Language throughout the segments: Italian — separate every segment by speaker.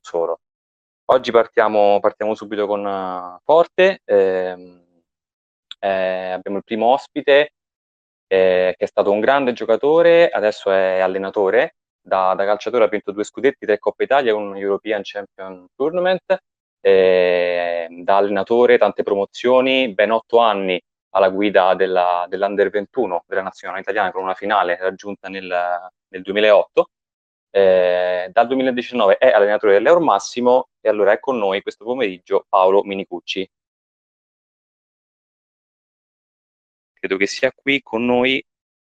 Speaker 1: solo. Oggi partiamo subito con forte. Abbiamo il primo ospite che è stato un grande giocatore, adesso è allenatore. Da calciatore ha vinto 2 scudetti, 3 Coppa Italia e un European Champion Tournament. Da allenatore tante promozioni, ben 8 anni alla guida dell'Under 21 della nazionale italiana con una finale raggiunta nel 2008. Dal 2019 è allenatore dell'Eur Massimo e allora è con noi questo pomeriggio Paolo Minicucci. Credo che sia qui con noi.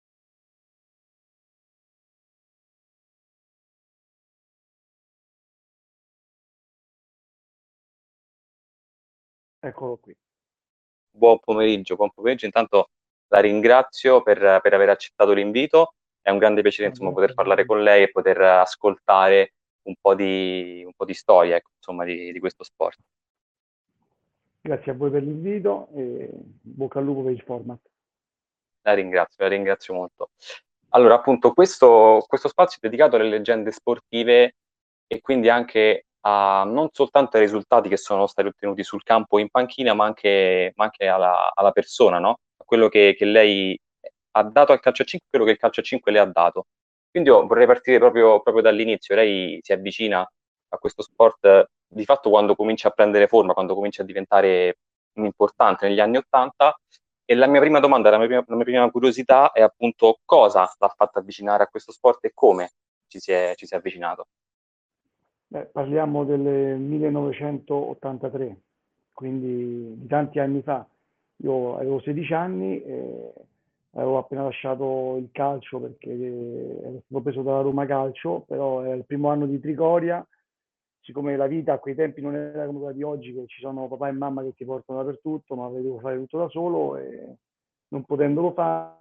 Speaker 2: Eccolo qui.
Speaker 1: Buon pomeriggio. Intanto la ringrazio per aver accettato l'invito. È un grande piacere, insomma, poter parlare con lei e poter ascoltare un po' di storia, ecco, insomma, di questo sport.
Speaker 2: Grazie a voi per l'invito e bocca al lupo per il format.
Speaker 1: La ringrazio molto. Allora, appunto, questo spazio è dedicato alle leggende sportive e quindi anche non soltanto ai risultati che sono stati ottenuti sul campo o in panchina, ma anche alla persona, no? A quello che lei ha dato al calcio a 5, quello che il calcio a 5 le ha dato. Quindi io vorrei partire proprio dall'inizio. Lei si avvicina a questo sport di fatto quando comincia a prendere forma, quando comincia a diventare importante negli anni '80. E la mia prima domanda, la mia prima curiosità è appunto cosa l'ha fatta avvicinare a questo sport e come ci si è avvicinato.
Speaker 2: Parliamo del 1983, quindi di tanti anni fa. Io avevo 16 anni e avevo appena lasciato il calcio perché ero stato preso dalla Roma Calcio, però era il primo anno di Trigoria. Siccome la vita a quei tempi non era come quella di oggi, che ci sono papà e mamma che ti portano dappertutto, ma dovevo fare tutto da solo e non potendolo fare,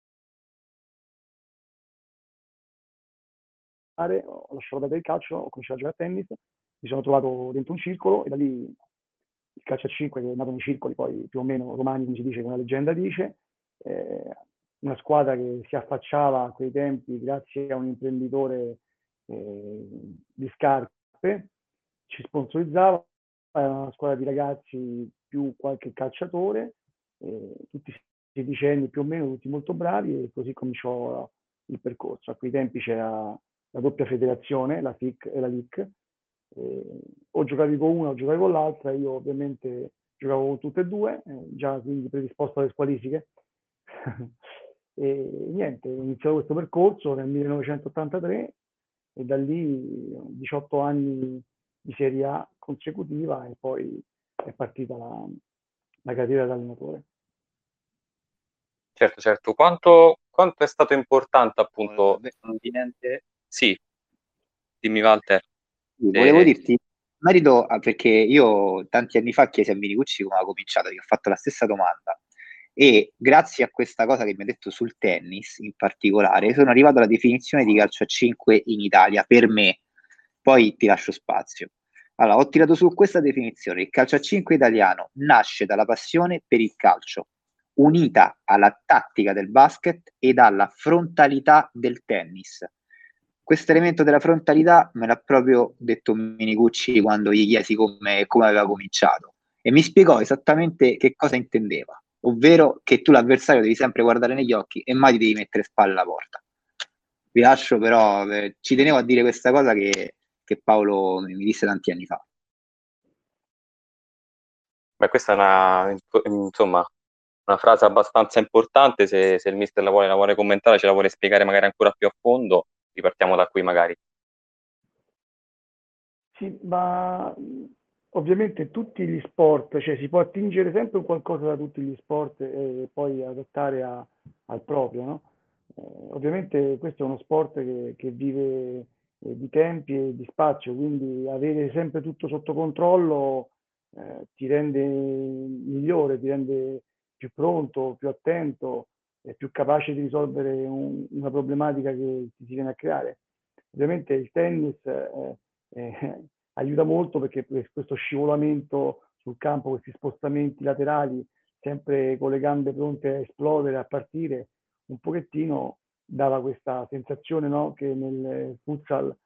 Speaker 2: ho lasciato perdere il calcio, ho cominciato a giocare a tennis, mi sono trovato dentro un circolo e da lì il calcio a 5 che è nato nei circoli, poi più o meno romani, come si dice, come la leggenda dice, eh, una squadra che si affacciava a quei tempi grazie a un imprenditore di scarpe, ci sponsorizzava, era una squadra di ragazzi più qualche calciatore, tutti sedicenni più o meno, tutti molto bravi e così cominciò il percorso. A quei tempi c'era la doppia federazione, la FIC e la LIC, o giocavi con una o giocavi con l'altra, io ovviamente giocavo con tutte e due, già quindi predisposto alle squalifiche. E niente, ho iniziato questo percorso nel 1983 e da lì 18 anni di Serie A consecutiva e poi è partita la carriera da allenatore.
Speaker 1: Certo, certo. Quanto è stato importante appunto l'ambiente? Sì, dimmi Walter.
Speaker 3: Sì, volevo
Speaker 1: Eh,
Speaker 3: dirti, in merito perché io tanti anni fa chiesi a Minicucci come ha cominciato, gli ho fatto la stessa domanda e grazie a questa cosa che mi ha detto sul tennis in particolare sono arrivato alla definizione di calcio a 5 in Italia per me, poi ti lascio spazio. Allora, ho tirato su questa definizione: il calcio a 5 italiano nasce dalla passione per il calcio, unita alla tattica del basket ed alla frontalità del tennis. Questo elemento della frontalità me l'ha proprio detto Minicucci quando gli chiesi come aveva cominciato e mi spiegò esattamente che cosa intendeva, ovvero che tu l'avversario devi sempre guardare negli occhi e mai ti devi mettere spalle alla porta. Vi lascio però, ci tenevo a dire questa cosa che Paolo mi disse tanti anni fa.
Speaker 1: Beh, questa è insomma, una frase abbastanza importante. Se il mister la vuole commentare, ce la vuole spiegare magari ancora più a fondo, ripartiamo da qui magari.
Speaker 2: Sì, ma ovviamente tutti gli sport, cioè si può attingere sempre un qualcosa da tutti gli sport e poi adattare al proprio, no? Ovviamente questo è uno sport che vive di tempi e di spazio, quindi avere sempre tutto sotto controllo ti rende migliore, ti rende più pronto, più attento e più capace di risolvere una problematica che ti si viene a creare. Ovviamente il tennis aiuta molto perché questo scivolamento sul campo, questi spostamenti laterali, sempre con le gambe pronte a esplodere, a partire, un pochettino dava questa sensazione, no? Che nel futsal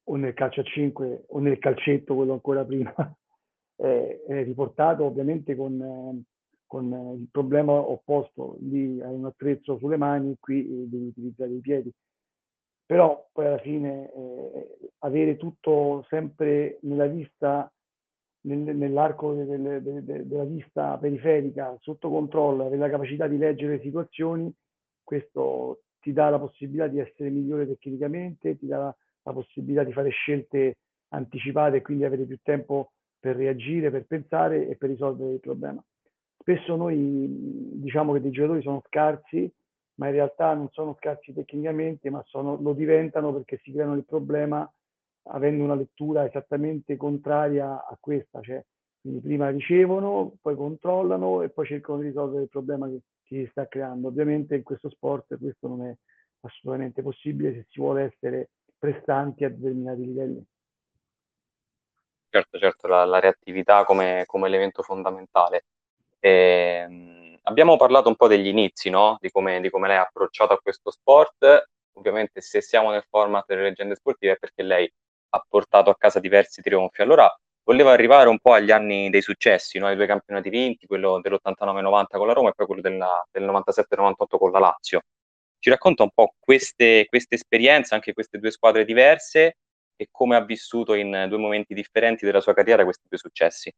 Speaker 2: o nel calcio a 5 o nel calcetto, quello ancora prima, è riportato ovviamente con il problema opposto. Lì hai un attrezzo sulle mani, qui devi utilizzare i piedi. Però poi alla fine avere tutto sempre nella vista, nell'arco della vista periferica, sotto controllo, avere la capacità di leggere le situazioni, questo ti dà la possibilità di essere migliore tecnicamente, ti dà la possibilità di fare scelte anticipate e quindi avere più tempo per reagire, per pensare e per risolvere il problema. Spesso noi diciamo che dei giocatori sono scarsi, ma in realtà non sono scarsi tecnicamente, ma lo diventano perché si creano il problema avendo una lettura esattamente contraria a questa, cioè quindi prima ricevono, poi controllano e poi cercano di risolvere il problema che si sta creando. Ovviamente in questo sport questo non è assolutamente possibile se si vuole essere prestanti a determinati livelli.
Speaker 1: Certo, certo, la reattività come elemento fondamentale. Abbiamo parlato un po' degli inizi, no? Di come lei ha approcciato a questo sport. Ovviamente se siamo nel format delle leggende sportive è perché lei ha portato a casa diversi trionfi. Allora, volevo arrivare un po' agli anni dei successi, no? Ai due campionati vinti, quello dell'89-90 con la Roma e poi quello del 97-98 con la Lazio. Ci racconta un po' queste esperienze, anche queste due squadre diverse e come ha vissuto in due momenti differenti della sua carriera questi due successi.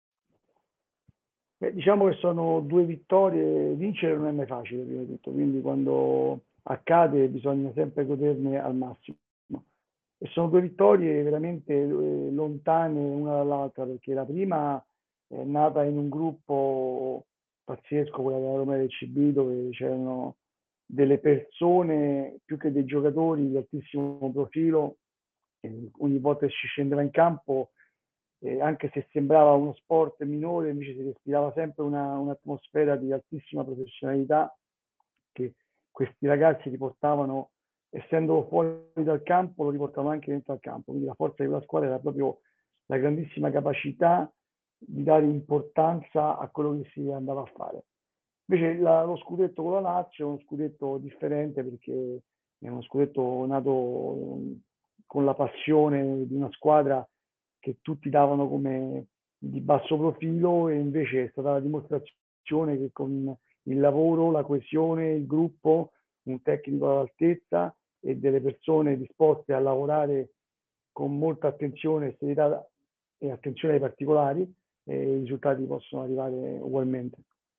Speaker 2: Beh, diciamo che sono due vittorie, vincere non è mai facile prima di tutto, quindi quando accade bisogna sempre goderne al massimo. E sono due vittorie veramente lontane una dall'altra, perché la prima è nata in un gruppo pazzesco, quella della Roma del CB, dove c'erano delle persone più che dei giocatori di altissimo profilo, e ogni volta che si scendeva in campo anche se sembrava uno sport minore, invece si respirava sempre un'atmosfera di altissima professionalità che questi ragazzi riportavano, essendo fuori dal campo, lo riportavano anche dentro al campo. Quindi la forza di quella squadra era proprio la grandissima capacità di dare importanza a quello che si andava a fare. Invece lo scudetto con la Lazio è uno scudetto differente perché è uno scudetto nato con la passione di una squadra che tutti davano come di basso profilo e invece è stata la dimostrazione che con il lavoro, la coesione, il gruppo, un tecnico all'altezza e delle persone disposte a lavorare con molta attenzione, serietà e attenzione ai particolari, i risultati possono arrivare ugualmente.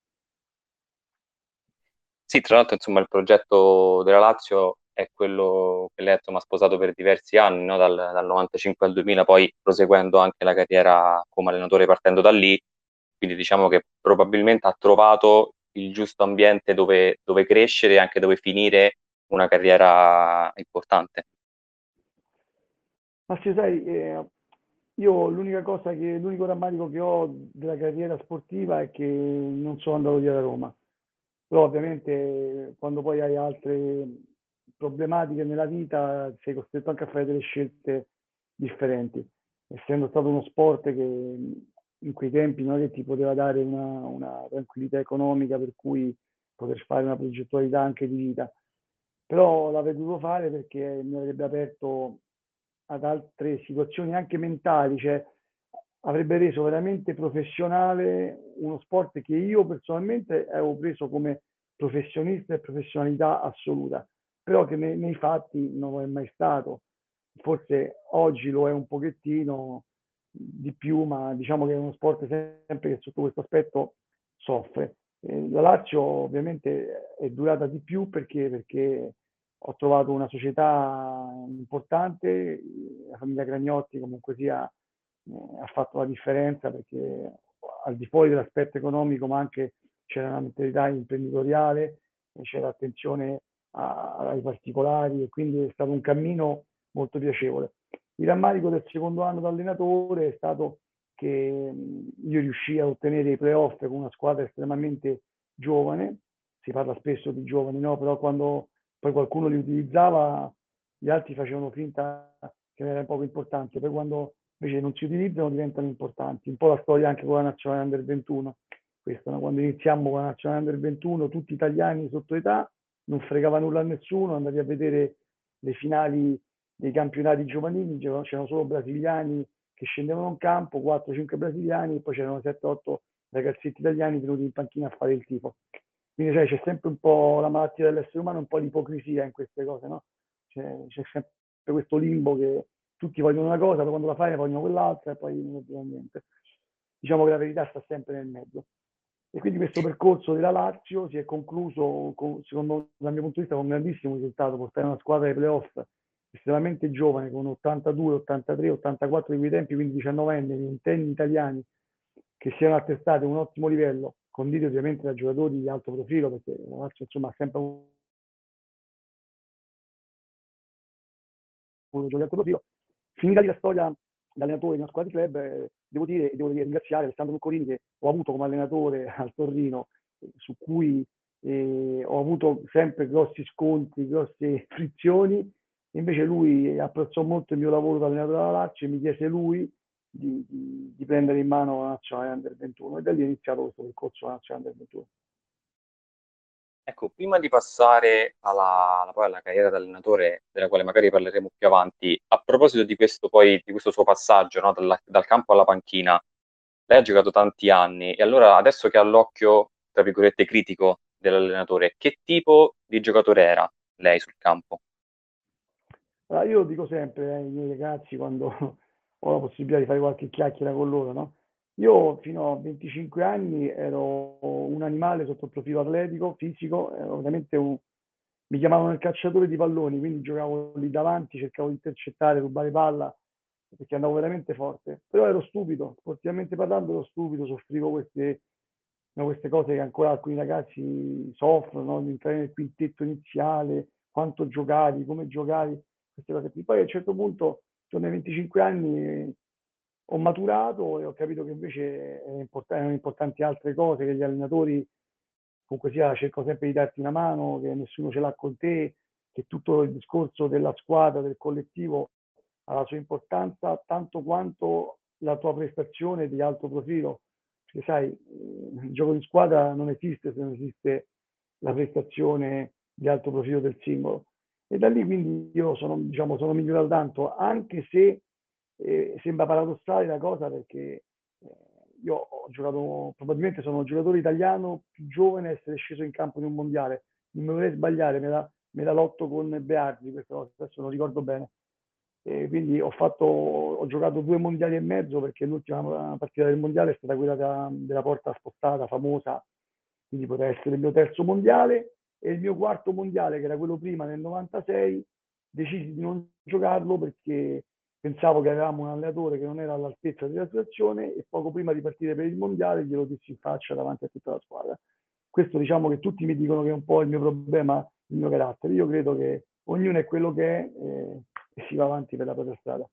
Speaker 1: Sì, tra l'altro, insomma, il progetto della Lazio è quello che lei ha sposato per diversi anni, no? Dal 95 al 2000, poi proseguendo anche la carriera come allenatore partendo da lì. Quindi diciamo che probabilmente ha trovato il giusto ambiente dove crescere e anche dove finire una carriera importante.
Speaker 2: Ma se sai, io l'unico rammarico che ho della carriera sportiva è che non sono andato via da Roma. Però ovviamente quando poi hai altre problematiche nella vita sei costretto anche a fare delle scelte differenti. Essendo stato uno sport che in quei tempi non è che ti poteva dare una tranquillità economica per cui poter fare una progettualità anche di vita. Però l'avrei dovuto fare perché mi avrebbe aperto ad altre situazioni anche mentali, cioè avrebbe reso veramente professionale uno sport che io personalmente avevo preso come professionista e professionalità assoluta, però che nei fatti non lo è mai stato. Forse oggi lo è un pochettino di più, ma diciamo che è uno sport sempre che sotto questo aspetto soffre. La Lazio ovviamente è durata di più perché ho trovato una società importante, la famiglia Gragnotti comunque sia ha fatto la differenza perché al di fuori dell'aspetto economico, ma anche c'era una mentalità imprenditoriale, c'era attenzione ai particolari e quindi è stato un cammino molto piacevole. Il rammarico del secondo anno da allenatore è stato che io riuscii a ottenere i playoff con una squadra estremamente giovane, si parla spesso di giovani, no? Però quando poi qualcuno li utilizzava, gli altri facevano finta che era poco importante, poi quando invece non si utilizzano diventano importanti. Un po' la storia anche con la nazionale under 21, questa, no? Quando iniziamo con la nazionale under 21, tutti italiani sotto età, non fregava nulla a nessuno, andavi a vedere le finali nei campionati giovanili c'erano solo brasiliani che scendevano in campo, 4-5 brasiliani, e poi c'erano 7-8 ragazzetti italiani venuti in panchina a fare il tifo. Quindi sai, c'è sempre un po' la malattia dell'essere umano, un po' di ipocrisia in queste cose, no? C'è sempre questo limbo che tutti vogliono una cosa, poi quando la fai ne vogliono quell'altra e poi non è più niente. Diciamo che la verità sta sempre nel mezzo. E quindi questo percorso della Lazio si è concluso, secondo dal mio punto di vista, con un grandissimo risultato, portare una squadra ai playoff estremamente giovane, con 82, 83, 84 di quei tempi, quindi 19 anni, ventenni italiani, che siano attestati a un ottimo livello, conditi ovviamente da giocatori di alto profilo, perché la Lazio insomma ha sempre avuto giocatori di alto profilo. Finita la storia da allenatore di una squadra di club, devo ringraziare Alessandro Luccorini, che ho avuto come allenatore al Torino, su cui ho avuto sempre grossi scontri, grosse frizioni. Invece lui apprezzò molto il mio lavoro da allenatore della Lazio e mi chiese lui di prendere in mano la Nazionale Under 21, e da lì è iniziato questo percorso alla Nazionale Under 21.
Speaker 1: Ecco, prima di passare poi alla carriera da allenatore, della quale magari parleremo più avanti, a proposito di questo suo passaggio, no, dal campo alla panchina, lei ha giocato tanti anni e allora adesso che ha l'occhio, tra virgolette, critico dell'allenatore, che tipo di giocatore era lei sul campo?
Speaker 2: Allora, io dico sempre ai miei ragazzi, quando ho la possibilità di fare qualche chiacchiera con loro, no? Io fino a 25 anni ero un animale sotto il profilo atletico, fisico, mi chiamavano il cacciatore di palloni, quindi giocavo lì davanti, cercavo di intercettare, rubare palla, perché andavo veramente forte. Però ero stupido, sportivamente parlando ero stupido, soffrivo queste cose che ancora alcuni ragazzi soffrono, no? Di entrare nel quintetto iniziale, quanto giocavi, come giocavi, queste cose qui. Poi a un certo punto, intorno ai 25 anni, ho maturato e ho capito che invece erano importanti altre cose, che gli allenatori comunque sia cercano sempre di darti una mano, che nessuno ce l'ha con te, che tutto il discorso della squadra, del collettivo ha la sua importanza tanto quanto la tua prestazione di alto profilo. Perché sai, il gioco di squadra non esiste se non esiste la prestazione di alto profilo del singolo. E da lì quindi io sono migliorato tanto, anche se sembra paradossale la cosa, perché io ho giocato, probabilmente sono il giocatore italiano più giovane a essere sceso in campo in un mondiale. Non mi vorrei sbagliare, me la lotto con Beardi, questa cosa, adesso non ricordo bene. Quindi ho giocato 2 mondiali e mezzo, perché l'ultima partita del mondiale è stata quella della porta spostata, famosa, quindi poteva essere il mio terzo mondiale, e il mio quarto mondiale, che era quello prima nel 96, decisi di non giocarlo perché pensavo che avevamo un allenatore che non era all'altezza della situazione, e poco prima di partire per il mondiale glielo dissi in faccia davanti a tutta la squadra. Questo diciamo che tutti mi dicono che è un po' il mio problema, il mio carattere. Io credo che ognuno è quello che è, e si va avanti per la propria strada.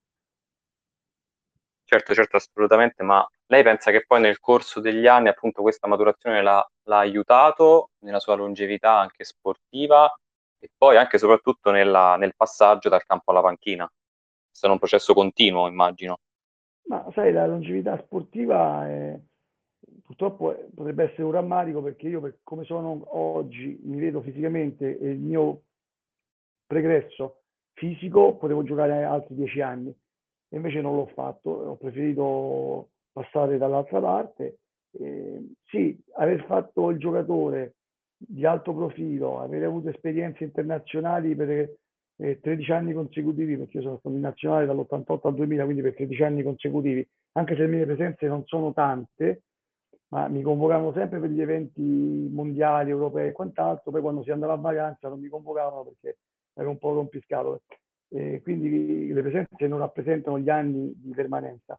Speaker 1: Certo, certo, assolutamente, ma lei pensa che poi nel corso degli anni appunto questa maturazione l'ha aiutato nella sua longevità anche sportiva e poi anche e soprattutto nel passaggio dal campo alla panchina? È stato un processo continuo, immagino.
Speaker 2: Ma sai, la longevità sportiva purtroppo potrebbe essere un rammarico, perché io, per come sono oggi, mi vedo fisicamente, e il mio pregresso fisico, potevo giocare altri 10 anni, e invece non l'ho fatto, ho preferito passare dall'altra parte. Sì, aver fatto il giocatore di alto profilo, aver avuto esperienze internazionali per 13 anni consecutivi, perché io sono stato in nazionale dall'88 al 2000, quindi per 13 anni consecutivi, anche se le mie presenze non sono tante, ma mi convocavano sempre per gli eventi mondiali, europei e quant'altro. Poi quando si andava a vacanza non mi convocavano perché ero un po' rompiscatole. Quindi le presenze non rappresentano gli anni di permanenza.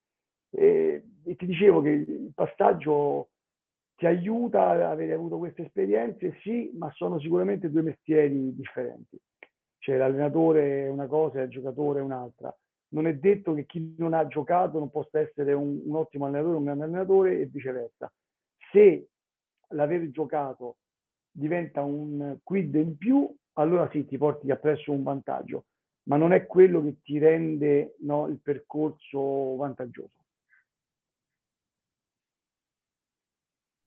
Speaker 2: E ti dicevo che il passaggio ti aiuta ad avere avuto queste esperienze, sì, ma sono sicuramente 2 mestieri differenti. Cioè l'allenatore è una cosa e il giocatore è un'altra. Non è detto che chi non ha giocato non possa essere un ottimo allenatore, un grande allenatore, e viceversa. Se l'aver giocato diventa un quid in più, allora sì, ti porti appresso un vantaggio, ma non è quello che ti rende, no, il percorso vantaggioso.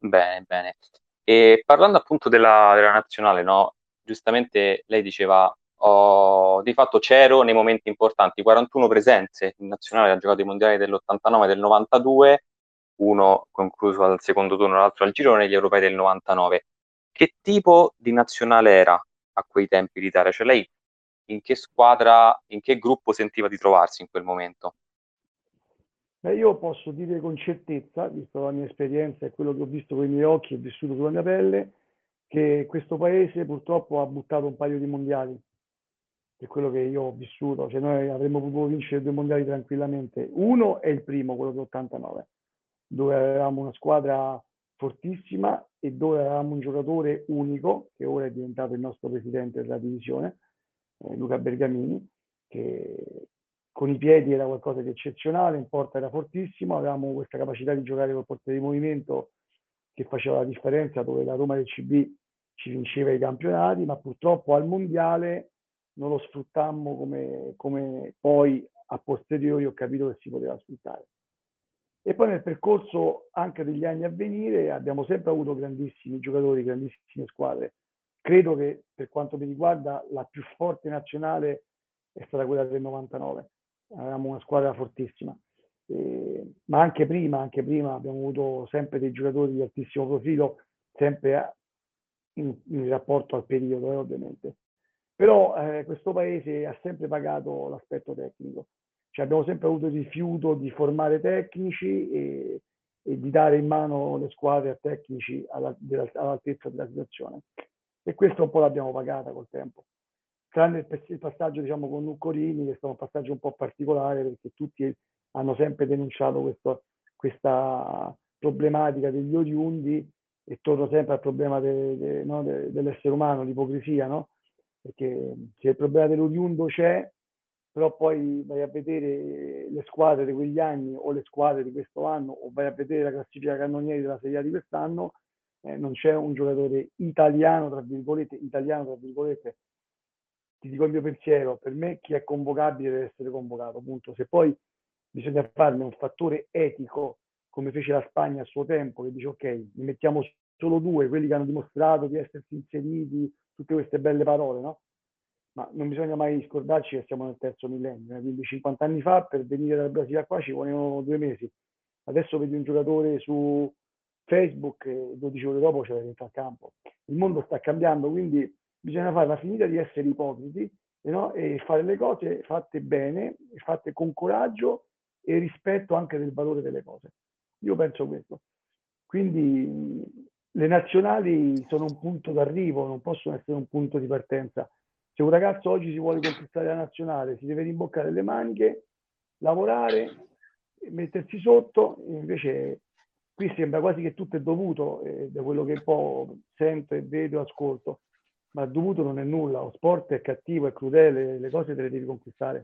Speaker 1: Bene, bene. E parlando appunto della nazionale, no? Giustamente lei diceva di fatto c'ero nei momenti importanti, 41 presenze in nazionale, ha giocato i mondiali dell'89 e del 92, uno concluso al secondo turno, l'altro al girone, gli europei del 99. Che tipo di nazionale era a quei tempi l'Italia? Cioè lei in che squadra, in che gruppo sentiva di trovarsi in quel momento?
Speaker 2: Io posso dire con certezza, visto la mia esperienza e quello che ho visto con i miei occhi e vissuto sulla mia pelle, che questo paese purtroppo ha buttato un paio di mondiali, per quello che io ho vissuto. Cioè noi avremmo potuto vincere 2 mondiali tranquillamente. Uno è il primo, quello dell'89, dove avevamo una squadra fortissima e dove avevamo un giocatore unico, che ora è diventato il nostro presidente della divisione, Luca Bergamini, che con i piedi era qualcosa di eccezionale, in porta era fortissimo, avevamo questa capacità di giocare col portiere di movimento che faceva la differenza, dove la Roma del CB ci vinceva i campionati, ma purtroppo al mondiale non lo sfruttammo come poi a posteriori ho capito che si poteva sfruttare. E poi nel percorso anche degli anni a venire abbiamo sempre avuto grandissimi giocatori, grandissime squadre. Credo che per quanto mi riguarda la più forte nazionale è stata quella del 99. Avevamo una squadra fortissima. Ma anche prima abbiamo avuto sempre dei giocatori di altissimo profilo, sempre in rapporto al periodo, ovviamente. Però questo paese ha sempre pagato l'aspetto tecnico, cioè abbiamo sempre avuto il rifiuto di formare tecnici e di dare in mano le squadre a tecnici all'altezza della situazione. E questo un po' l'abbiamo pagata col tempo. Tranne il passaggio diciamo, con Nuccorini, che è stato un passaggio un po' particolare perché tutti hanno sempre denunciato questa problematica degli oriundi e torno sempre al problema no, dell'essere umano, l'ipocrisia, no? Perché se il problema dell'oriundo c'è, però poi vai a vedere le squadre di quegli anni o le squadre di questo anno o vai a vedere la classifica cannonieri della Serie A di quest'anno, non c'è un giocatore italiano, tra virgolette, ti dico il mio pensiero, per me chi è convocabile deve essere convocato, appunto. Se poi bisogna farne un fattore etico, come fece la Spagna a suo tempo, che dice ok, ne mettiamo solo 2, quelli che hanno dimostrato di essersi inseriti, tutte queste belle parole, no? Ma non bisogna mai scordarci che siamo nel terzo millennio, quindi 50 anni fa per venire dal Brasile a qua ci volevano 2 mesi. Adesso vedi un giocatore su Facebook e 12 ore dopo c'è dentro al campo. Il mondo sta cambiando, quindi bisogna farla finita di essere ipocriti no? E fare le cose fatte bene, fatte con coraggio e rispetto anche del valore delle cose. Io penso questo. Quindi le nazionali sono un punto d'arrivo, non possono essere un punto di partenza. Se un ragazzo oggi si vuole conquistare la nazionale, si deve rimboccare le maniche, lavorare, mettersi sotto, invece qui sembra quasi che tutto è dovuto, da quello che un po' sento e vedo e ascolto, ma dovuto non è nulla, lo sport è cattivo, è crudele, le cose te le devi conquistare.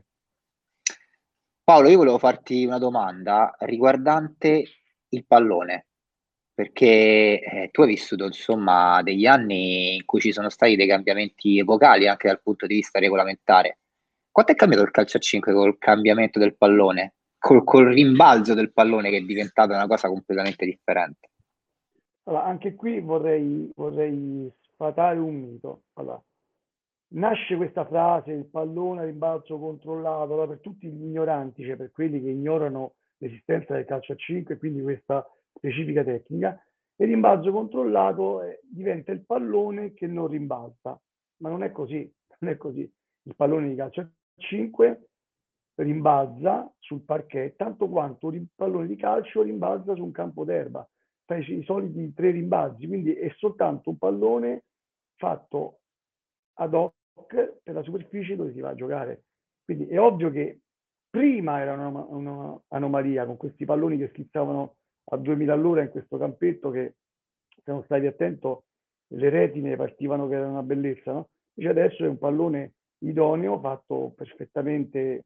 Speaker 3: Paolo, io volevo farti una domanda riguardante il pallone, perché tu hai vissuto insomma degli anni in cui ci sono stati dei cambiamenti epocali anche dal punto di vista regolamentare. Quanto è cambiato il calcio a 5 col cambiamento del pallone, col rimbalzo del pallone che è diventata una cosa completamente differente?
Speaker 2: Allora, anche qui vorrei sfatare un mito. Allora, nasce questa frase, il pallone a rimbalzo controllato, allora, per tutti gli ignoranti, cioè per quelli che ignorano l'esistenza del calcio a 5 e quindi questa specifica tecnica, il rimbalzo controllato diventa il pallone che non rimbalza, ma non è così, non è così. Il pallone di calcio a 5 rimbalza sul parquet tanto quanto il pallone di calcio rimbalza su un campo d'erba, fai i soliti 3 rimbalzi, quindi è soltanto un pallone fatto ad hoc per la superficie dove si va a giocare. Quindi è ovvio che prima era un'anomalia con questi palloni che schizzavano a 2000 all'ora in questo campetto che, se non stavi attento, le retine partivano che era una bellezza, no? Invece adesso è un pallone idoneo, fatto perfettamente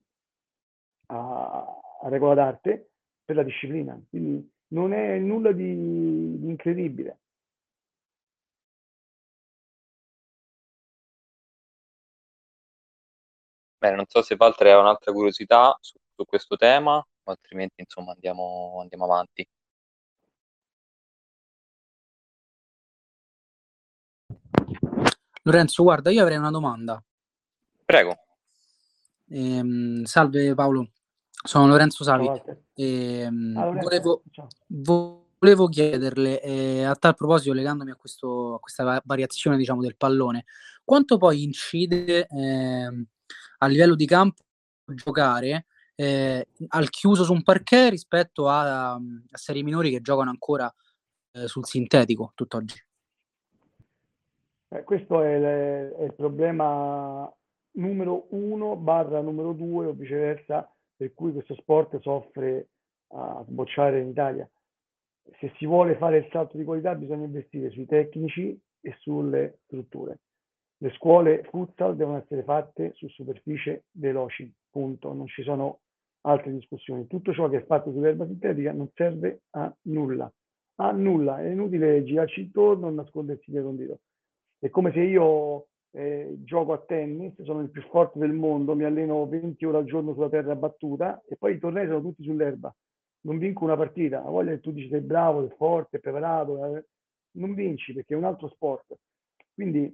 Speaker 2: a regola d'arte per la disciplina. Quindi non è nulla di incredibile.
Speaker 1: Bene, non so se Valtteri ha un'altra curiosità su questo tema, o altrimenti insomma andiamo avanti.
Speaker 4: Lorenzo, guarda, io avrei una domanda.
Speaker 1: Prego.
Speaker 4: Salve Paolo, sono Lorenzo Savi.
Speaker 2: Ciao, Walter. Lorenzo, ciao.
Speaker 4: Volevo chiederle, a tal proposito, legandomi a questa variazione, diciamo, del pallone, quanto poi incide a livello di campo giocare al chiuso su un parquet rispetto a serie minori che giocano ancora sul sintetico tutt'oggi?
Speaker 2: Questo è il problema numero 1 barra numero 2 o viceversa, per cui questo sport soffre a sbocciare in Italia. Se si vuole fare il salto di qualità bisogna investire sui tecnici e sulle strutture. Le scuole futsal devono essere fatte su superficie veloci, punto. Non ci sono altre discussioni. Tutto ciò che è fatto sull'erba sintetica non serve a nulla. A nulla. È inutile girarci intorno o nascondersi dietro un dito. È come se io gioco a tennis, sono il più forte del mondo, mi alleno 20 ore al giorno sulla terra battuta e poi i tornei sono tutti sull'erba. Non vinco una partita. A voglia che tu dici sei bravo, sei forte, preparato, non vinci perché è un altro sport. Quindi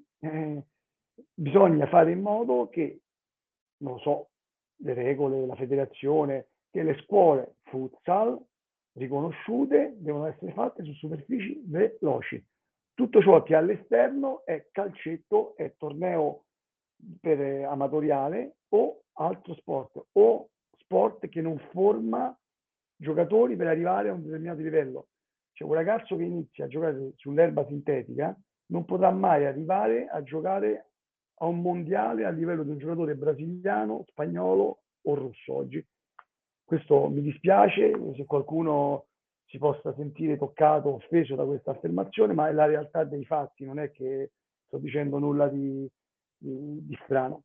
Speaker 2: bisogna fare in modo che, non lo so, le regole, la federazione, che le scuole futsal riconosciute devono essere fatte su superfici veloci. Tutto ciò che all'esterno è calcetto, è torneo per amatoriale o altro sport, o sport che non forma giocatori per arrivare a un determinato livello. Cioè un ragazzo che inizia a giocare sull'erba sintetica non potrà mai arrivare a giocare a un mondiale a livello di un giocatore brasiliano, spagnolo o russo oggi. Questo mi dispiace se qualcuno si possa sentire toccato, offeso da questa affermazione, ma è la realtà dei fatti, non è che sto dicendo nulla di strano.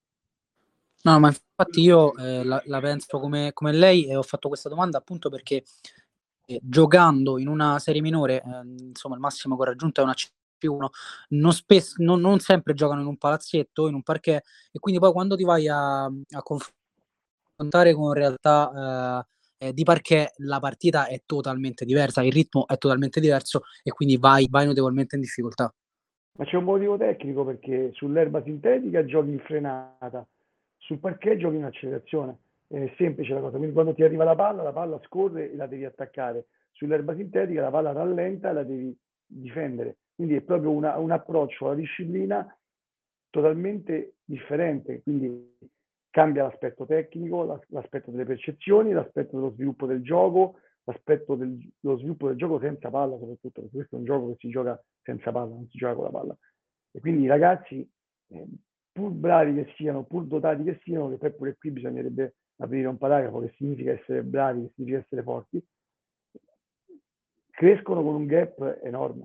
Speaker 4: No, ma infatti io la penso come lei e ho fatto questa domanda appunto perché giocando in una serie minore, insomma il massimo che ho raggiunto è una C1, non sempre giocano in un palazzetto, in un parquet, e quindi poi quando ti vai a confrontare con realtà di parquet, la partita è totalmente diversa, il ritmo è totalmente diverso e quindi vai notevolmente in difficoltà.
Speaker 2: Ma c'è un motivo tecnico perché sull'erba sintetica giochi in frenata, sul parquet giochi in accelerazione. È semplice la cosa, quindi quando ti arriva la palla scorre e la devi attaccare. Sull'erba sintetica la palla rallenta e la devi difendere. Quindi è proprio un approccio alla disciplina totalmente differente. Quindi cambia l'aspetto tecnico, l'aspetto delle percezioni, l'aspetto dello sviluppo del gioco, l'aspetto dello sviluppo del gioco senza palla soprattutto, perché questo è un gioco che si gioca senza palla, non si gioca con la palla. E quindi i ragazzi, pur bravi che siano, pur dotati che siano, che poi pure qui bisognerebbe aprire un paragrafo che significa essere bravi, che significa essere forti, crescono con un gap enorme.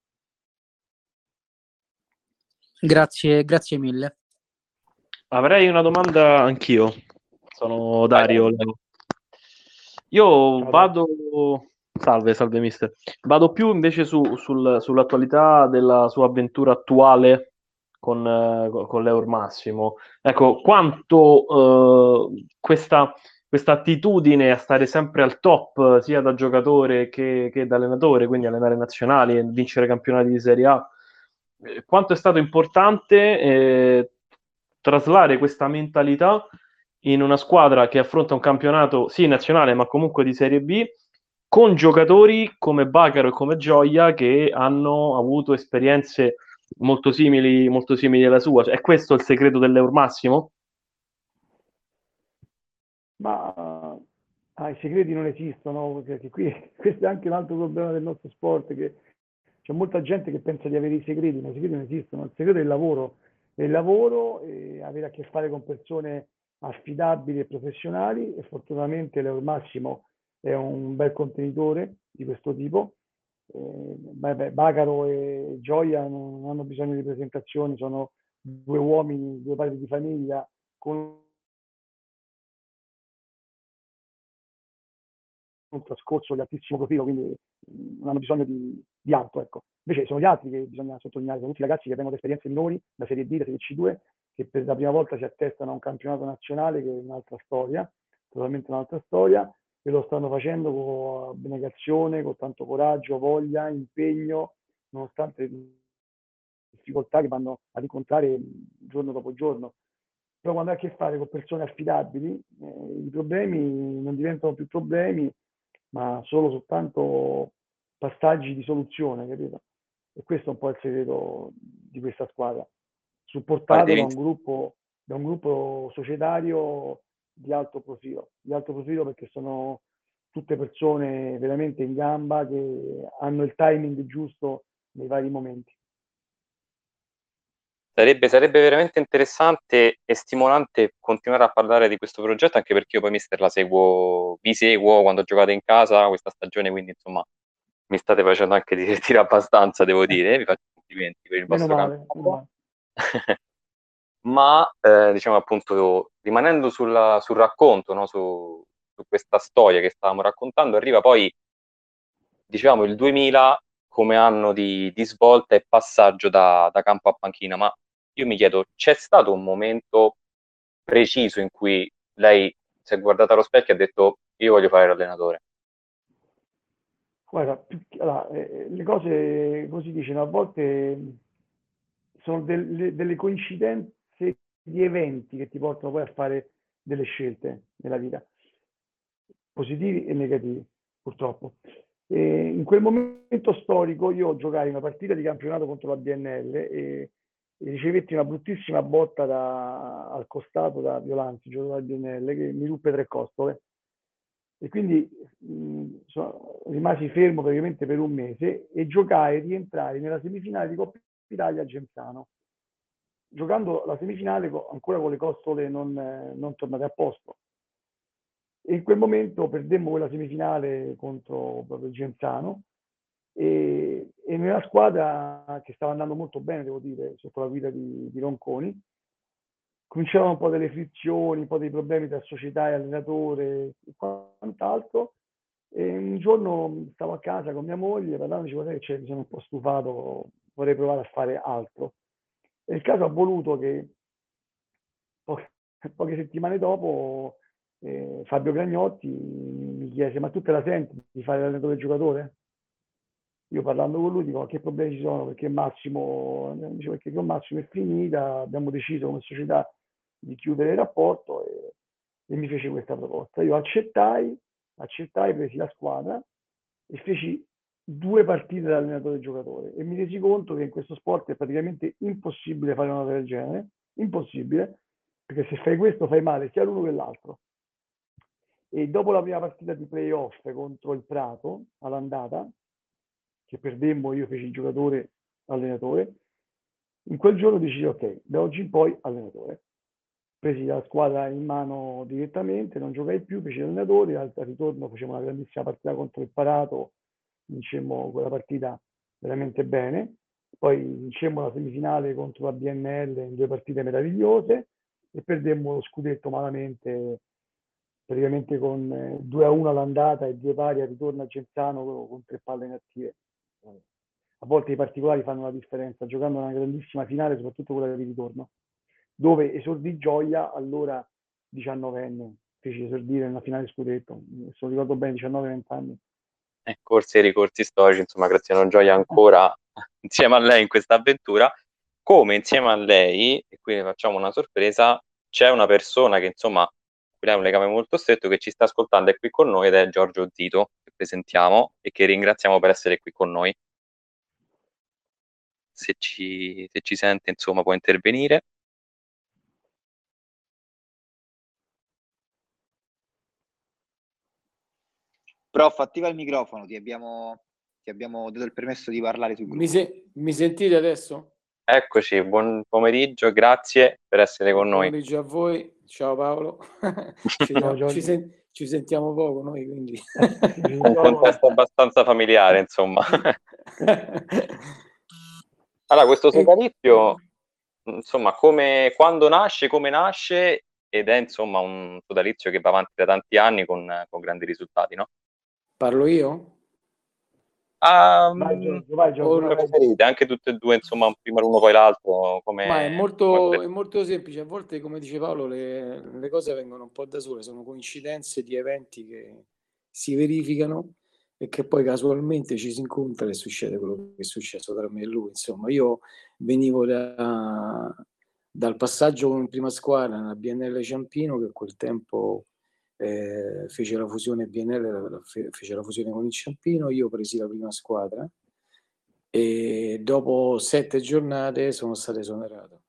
Speaker 4: Grazie mille.
Speaker 5: Avrei una domanda anch'io. Sono Dario. Io vado... Salve mister. Vado più invece sull'attualità della sua avventura attuale con l'Eur Massimo. Ecco, quanto questa attitudine a stare sempre al top, sia da giocatore che da allenatore, quindi allenare nazionali e vincere campionati di Serie A, quanto è stato importante traslare questa mentalità in una squadra che affronta un campionato sì nazionale ma comunque di Serie B, con giocatori come Bacaro e come Gioia che hanno avuto esperienze molto simili alla sua. È questo il segreto dell'Eur Massimo?
Speaker 2: Ma i segreti non esistono, perché qui questo è anche un altro problema del nostro sport, che c'è molta gente che pensa di avere i segreti, ma i segreti non esistono. Il segreto è il lavoro e avere a che fare con persone affidabili e professionali, e fortunatamente l'Eur Massimo è un bel contenitore di questo tipo. Bacaro e Gioia non hanno bisogno di presentazioni, sono due uomini, due padri di famiglia con un trascorso di altissimo profilo, quindi non hanno bisogno di altro. Ecco. Invece sono gli altri che bisogna sottolineare, sono tutti ragazzi che vengono da esperienze minori, da Serie D, da Serie C2, che per la prima volta si attestano a un campionato nazionale, che è un'altra storia, totalmente un'altra storia, e lo stanno facendo con abnegazione, con tanto coraggio, voglia, impegno, nonostante le difficoltà che vanno ad incontrare giorno dopo giorno. però quando hai a che fare con persone affidabili, i problemi non diventano più problemi, ma solo soltanto passaggi di soluzione, capito? E questo è un po' il segreto di questa squadra, supportato
Speaker 1: Guardi,
Speaker 2: da un gruppo societario di alto profilo perché sono tutte persone veramente in gamba che hanno il timing giusto nei vari momenti.
Speaker 1: sarebbe veramente interessante e stimolante continuare a parlare di questo progetto, anche perché io poi Mister vi seguo quando giocate in casa questa stagione, quindi insomma mi state facendo anche divertire abbastanza, devo dire, vi faccio complimenti per il
Speaker 2: Meno
Speaker 1: vostro
Speaker 2: male, meno
Speaker 1: campionato.
Speaker 2: male.
Speaker 1: Ma diciamo appunto, rimanendo sul racconto, no, su questa storia che stavamo raccontando, arriva poi, diciamo, il 2000 come anno di svolta e passaggio da campo a panchina, ma io mi chiedo, c'è stato un momento preciso in cui lei si è guardata allo specchio e ha detto io voglio fare l'allenatore?
Speaker 2: Guarda, allora, le cose, così dicono, a volte sono delle coincidenze di eventi che ti portano poi a fare delle scelte nella vita, positivi e negativi, purtroppo. E in quel momento storico io giocai una partita di campionato contro la BNL e ricevetti una bruttissima botta al costato da Violanzi, giocatore della BNL, che mi ruppe 3 costole. E quindi rimasi fermo praticamente per un mese e rientrai nella semifinale di Coppa Italia a Genzano, giocando la semifinale ancora con le costole non tornate a posto. E in quel momento perdemmo quella semifinale contro proprio il Genzano e nella squadra che stava andando molto bene, devo dire, sotto la guida di Ronconi, cominciavano un po' delle frizioni, un po' dei problemi tra società e allenatore e quant'altro. E un giorno stavo a casa con mia moglie, parlando, dicevo, che mi sono un po' stufato, vorrei provare a fare altro. E il caso ha voluto che poche settimane dopo Fabio Gragnotti mi chiese, ma tu te la senti di fare l'allenatore giocatore? Io parlando con lui dico, che problemi ci sono? Perché Massimo, dice, perché con Massimo è finita, abbiamo deciso come società di chiudere il rapporto e mi fece questa proposta. Io accettai, presi la squadra e feci 2 partite da allenatore giocatore e mi resi conto che in questo sport è praticamente impossibile fare una cosa del genere, impossibile, perché se fai questo fai male sia l'uno che l'altro. E dopo la prima partita di playoff contro il Prato all'andata, che perdemmo, io feci il giocatore allenatore, in quel giorno decisi ok, da oggi in poi allenatore. Presi la squadra in mano direttamente, non giocai più, feci l'allenatore, al ritorno facevamo una grandissima partita contro il Parato, vincemmo quella partita veramente bene, poi vincemmo la semifinale contro la BNL in 2 partite meravigliose e perdemmo lo scudetto malamente, praticamente con 2-1 all'andata e 2 pari al ritorno a Genzano con 3 palle inattive. A volte i particolari fanno la differenza, giocando una grandissima finale, soprattutto quella di ritorno, dove esordì Gioia, allora 19enne, fece esordire nella finale scudetto, se lo ricordo bene, 19-20 anni.
Speaker 1: Corsi e ricorsi storici, insomma, Graziano Gioia ancora insieme a lei in questa avventura, come insieme a lei, e qui ne facciamo una sorpresa, c'è una persona che insomma, qui lei ha un legame molto stretto, che ci sta ascoltando, è qui con noi ed è Giorgio Zito, che presentiamo e che ringraziamo per essere qui con noi. Se ci sente, insomma, può intervenire.
Speaker 3: Prof, attiva il microfono, ti abbiamo dato il permesso di parlare sul gruppo.
Speaker 6: Mi sentite adesso?
Speaker 1: Eccoci, buon pomeriggio, grazie per essere con noi.
Speaker 6: Buon pomeriggio a voi, ciao Paolo. Ci sentiamo poco noi, quindi.
Speaker 1: Un contesto abbastanza familiare, insomma. Allora, questo sodalizio, insomma, quando nasce, come nasce, ed è insomma un sodalizio che va avanti da tanti anni con grandi risultati, no?
Speaker 6: Parlo io?
Speaker 2: Vai Giorgio,
Speaker 1: Come preferite, anche tutte e due, insomma, prima l'uno poi l'altro,
Speaker 6: Ma è molto semplice, a volte come dice Paolo le cose vengono un po' da sole, sono coincidenze di eventi che si verificano e che poi casualmente ci si incontra e succede quello che è successo tra me e lui. Insomma, io venivo dal passaggio in prima squadra nella BNL Ciampino, che a quel tempo fece la fusione BNL, fece la fusione con il Ciampino, io presi la prima squadra e dopo 7 giornate sono stato esonerato.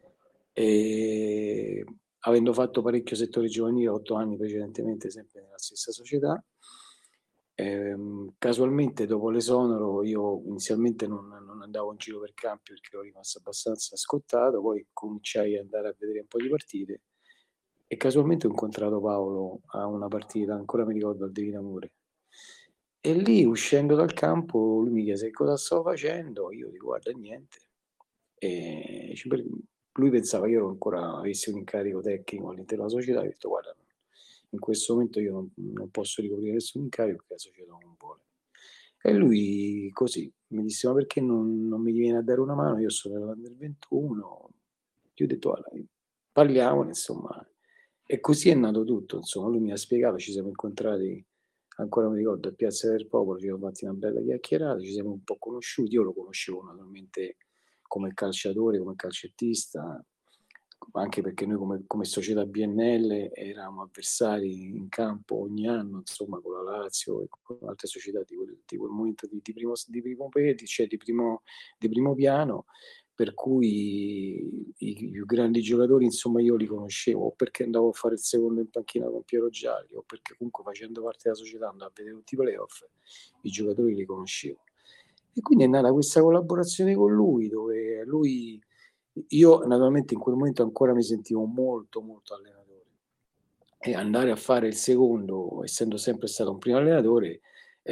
Speaker 6: E avendo fatto parecchio settore giovanile 8 anni precedentemente sempre nella stessa società, casualmente dopo l'esonero io inizialmente non andavo in giro per campi perché ero rimasto abbastanza scottato, poi cominciai ad andare a vedere un po' di partite e casualmente ho incontrato Paolo a una partita, ancora mi ricordo, al Divino Amore. E lì uscendo dal campo lui mi chiese cosa stavo facendo, io dico guarda niente. E lui pensava che io ancora avessi un incarico tecnico all'interno della società, e ho detto guarda in questo momento io non posso ricoprire nessun incarico perché la società non vuole. E lui così mi disse ma perché non mi viene a dare una mano, io sono nell'Under 21, io ho detto guarda, parliamone insomma. E così è nato tutto, insomma, lui mi ha spiegato, ci siamo incontrati, ancora mi ricordo, a Piazza del Popolo, ci siamo fatti una bella chiacchierata, ci siamo un po' conosciuti, io lo conoscevo naturalmente come calciatore, come calcettista, anche perché noi come società BNL eravamo avversari in campo ogni anno, insomma, con la Lazio e con altre società di quel momento di primo cioè di primo piano, per cui i più grandi giocatori insomma io li conoscevo o perché andavo a fare il secondo in panchina con Piero Gialli o perché comunque facendo parte della società andavo a vedere tutti i playoff, i giocatori li conoscevo e quindi è nata questa collaborazione con lui dove io naturalmente in quel momento ancora mi sentivo molto molto allenatore e andare a fare il secondo essendo sempre stato un primo allenatore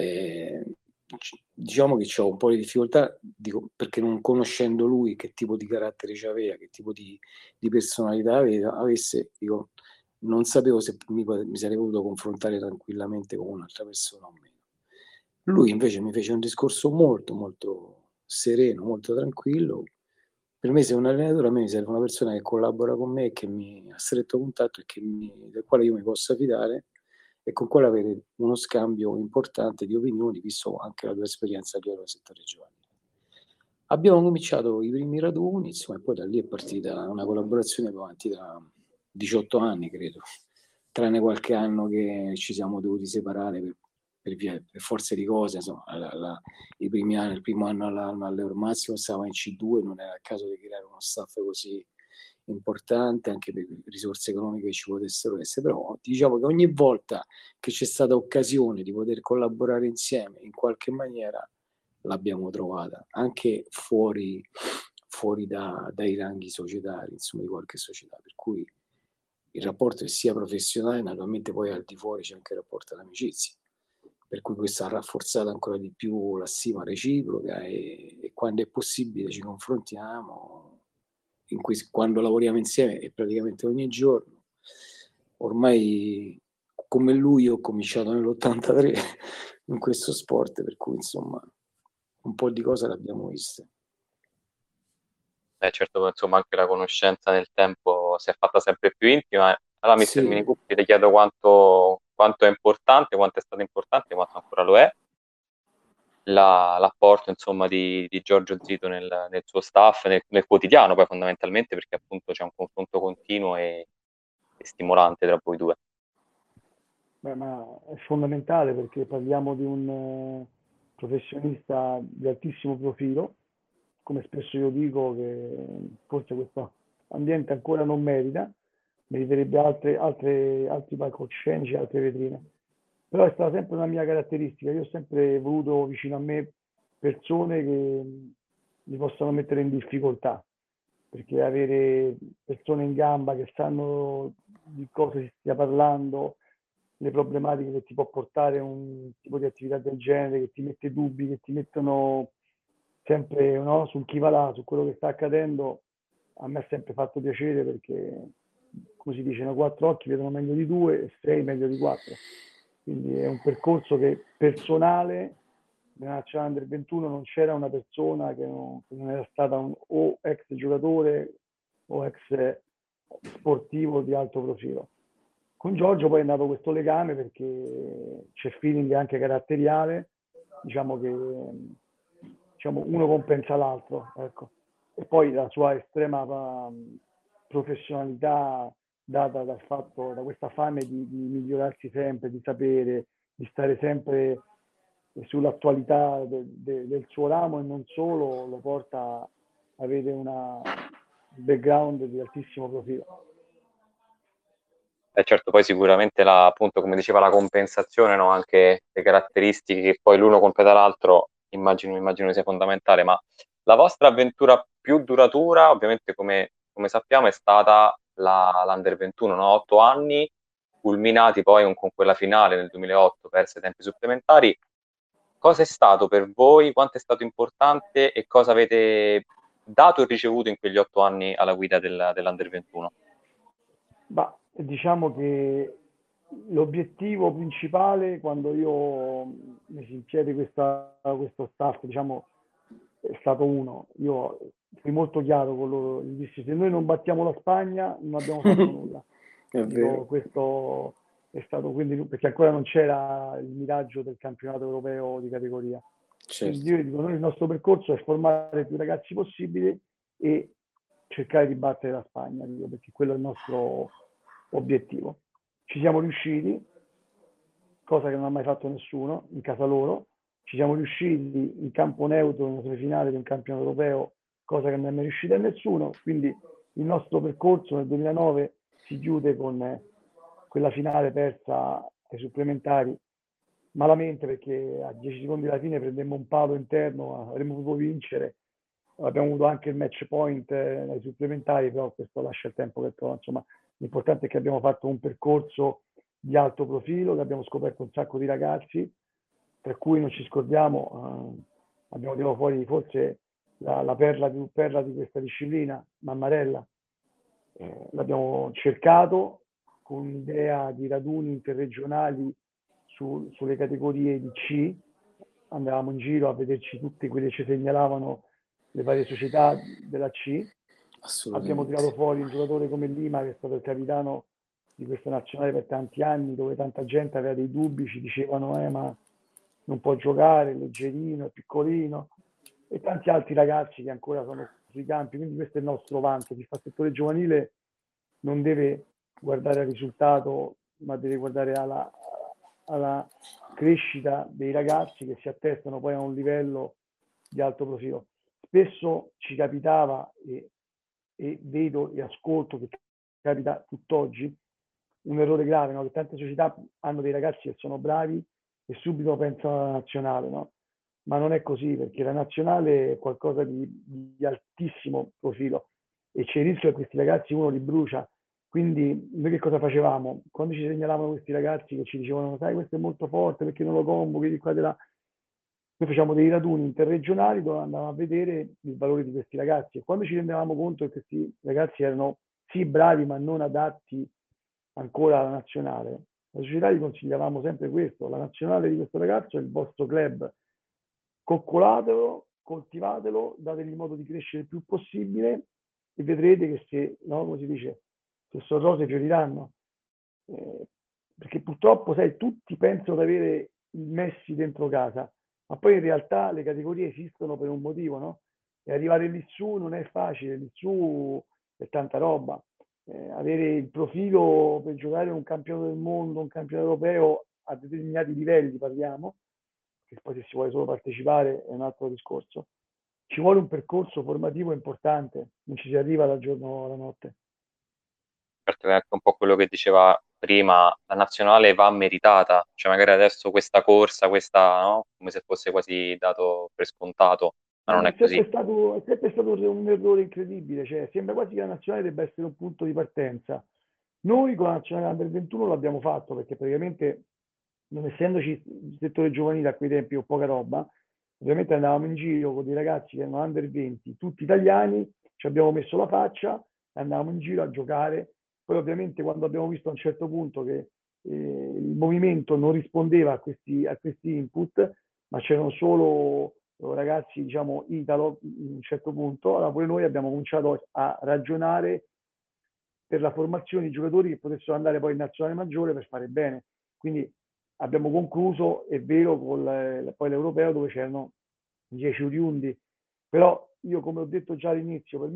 Speaker 6: diciamo che ho un po' di difficoltà, dico, perché non conoscendo lui che tipo di carattere aveva, che tipo di personalità avesse, dico, non sapevo se mi sarei potuto confrontare tranquillamente con un'altra persona o meno. Lui invece mi fece un discorso molto molto sereno, molto tranquillo. Per me sei un allenatore, a me mi serve una persona che collabora con me, che mi ha stretto contatto e del quale io mi possa fidare e con quale avere uno scambio importante di opinioni, visto anche la tua esperienza a livello del settore giovanile. Abbiamo cominciato i primi raduni, insomma, e poi da lì è partita una collaborazione avanti da 18 anni, credo, tranne qualche anno che ci siamo dovuti separare per forza di cose, insomma, i primi anni, il primo anno all'Eurmassimo stava in C2, non era il caso di creare uno staff così importante anche per risorse economiche che ci potessero essere, però diciamo che ogni volta che c'è stata occasione di poter collaborare insieme in qualche maniera l'abbiamo trovata, anche fuori dai ranghi societari, insomma, di qualche società, per cui il rapporto è sia professionale, naturalmente poi al di fuori c'è anche il rapporto d'amicizia, per cui questo ha rafforzato ancora di più la stima reciproca e quando è possibile ci confrontiamo, quando lavoriamo insieme è praticamente ogni giorno. Ormai come lui ho cominciato nell'83 in questo sport, per cui insomma un po' di cose l'abbiamo viste.
Speaker 1: Certo, insomma, anche la conoscenza nel tempo si è fatta sempre più intima. Allora, mister
Speaker 6: Sì.
Speaker 1: Minicuppi, ti chiedo quanto è importante, quanto è stato importante, quanto ancora lo è, l'apporto insomma di Giorgio Zito nel suo staff, nel quotidiano poi fondamentalmente, perché appunto c'è un confronto continuo e stimolante tra voi due.
Speaker 2: Beh, ma è fondamentale perché parliamo di un professionista di altissimo profilo, come spesso io dico che forse questo ambiente ancora non meriterebbe altri palcoscenici, altre vetrine. Però è stata sempre una mia caratteristica, io ho sempre voluto vicino a me persone che mi possano mettere in difficoltà, perché avere persone in gamba che sanno di cosa si stia parlando, le problematiche che ti può portare un tipo di attività del genere, che ti mette dubbi, che ti mettono sempre no, sul chi va là, su quello che sta accadendo, a me ha sempre fatto piacere perché, come si dice, 4 occhi vedono meglio di 2 e 6 meglio di 4. Quindi è un percorso che personale, nella nazionale Under 21 non c'era una persona che non era stata o ex giocatore o ex sportivo di alto profilo. Con Giorgio poi è nato questo legame perché c'è feeling anche caratteriale, diciamo che uno compensa l'altro, ecco. E poi la sua estrema professionalità data dal fatto, da questa fame di migliorarsi sempre, di sapere, di stare sempre sull'attualità del suo ramo e non solo, lo porta a avere un background di altissimo profilo.
Speaker 1: E certo, poi sicuramente appunto, come diceva, la compensazione, no? Anche le caratteristiche che poi l'uno completa l'altro, immagino sia fondamentale, ma la vostra avventura più duratura, ovviamente come sappiamo, è stata l'Under 21, no? 8 anni, culminati poi con quella finale nel 2008, perse ai tempi supplementari. Cosa è stato per voi, quanto è stato importante e cosa avete dato e ricevuto in quegli 8 anni alla guida dell'Under 21?
Speaker 2: Diciamo che l'obiettivo principale quando io misi in piedi questo staff, diciamo, è stato uno. Io fui molto chiaro con loro, gli dissi: se noi non battiamo la Spagna non abbiamo fatto nulla. Dico, questo è stato, quindi, perché ancora non c'era il miraggio del campionato europeo di categoria.
Speaker 6: Certo.
Speaker 2: Quindi io dico, noi il nostro percorso è formare più ragazzi possibili e cercare di battere la Spagna, dico, perché quello è il nostro obiettivo. Ci siamo riusciti, cosa che non ha mai fatto nessuno in casa loro. Ci siamo riusciti in campo neutro nella semifinale di un campionato europeo, cosa che non è mai riuscita a nessuno. Quindi il nostro percorso nel 2009 si chiude con quella finale persa ai supplementari, malamente, perché a 10 secondi alla fine prendemmo un palo interno, avremmo potuto vincere. Abbiamo avuto anche il match point nei supplementari, però questo lascia il tempo che trova. Insomma, l'importante è che abbiamo fatto un percorso di alto profilo, che abbiamo scoperto un sacco di ragazzi, tra cui non ci scordiamo, abbiamo tirato fuori forse la perla di questa disciplina, Mammarella. L'abbiamo cercato con un'idea di raduni interregionali sulle categorie di C, andavamo in giro a vederci tutti quelli che ci segnalavano le varie società della C. Abbiamo tirato fuori un giocatore come Lima, che è stato il capitano di questa nazionale per tanti anni, dove tanta gente aveva dei dubbi, ci dicevano ma non può giocare, è leggerino, è piccolino, e tanti altri ragazzi che ancora sono sui campi. Quindi questo è il nostro vanto. Chi fa il settore giovanile non deve guardare al risultato, ma deve guardare alla crescita dei ragazzi che si attestano poi a un livello di alto profilo. Spesso ci capitava, e vedo e ascolto che capita tutt'oggi, un errore grave, no? Che tante società hanno dei ragazzi che sono bravi e subito pensano alla nazionale, no? Ma non è così, perché la nazionale è qualcosa di altissimo profilo e c'è il rischio che questi ragazzi uno li brucia. Quindi noi che cosa facevamo? Quando ci segnalavano questi ragazzi che ci dicevano sai, questo è molto forte, perché non lo convochi di qua e di là, noi facciamo dei raduni interregionali dove andavamo a vedere il valore di questi ragazzi, e quando ci rendevamo conto che questi ragazzi erano sì bravi ma non adatti ancora alla nazionale, la società gli consigliavamo sempre questo: la nazionale di questo ragazzo è il vostro club, coccolatelo, coltivatelo, dategli modo di crescere il più possibile e vedrete che se, no, come si dice, se sono rose fioriranno. Perché purtroppo, sai, tutti pensano di avere il Messi dentro casa, ma poi in realtà le categorie esistono per un motivo, no? E arrivare lì su non è facile, lì su è tanta roba. Avere il profilo per giocare un campionato del mondo, un campionato europeo a determinati livelli, parliamo, che poi se si vuole solo partecipare è un altro discorso. Ci vuole un percorso formativo importante, non ci si arriva dal giorno alla notte.
Speaker 1: Certo, è anche un po' quello che diceva prima, la nazionale va meritata, cioè magari adesso questa corsa, no? Come se fosse quasi dato per scontato, ma non è così.
Speaker 2: È sempre stato un errore incredibile, cioè sembra quasi che la nazionale debba essere un punto di partenza. Noi con la nazionale Under 21 l'abbiamo fatto perché praticamente, non essendoci il settore giovanile a quei tempi o poca roba, ovviamente andavamo in giro con dei ragazzi che erano Under 20, tutti italiani, ci abbiamo messo la faccia e andavamo in giro a giocare. Poi ovviamente quando abbiamo visto a un certo punto che il movimento non rispondeva a questi input, ma c'erano solo ragazzi, diciamo, italo in un certo punto, allora pure noi abbiamo cominciato a ragionare per la formazione di giocatori che potessero andare poi in nazionale maggiore per fare bene. Quindi abbiamo concluso, è vero, con poi l'europeo dove c'erano 10 oriundi, però io, come ho detto già all'inizio, per me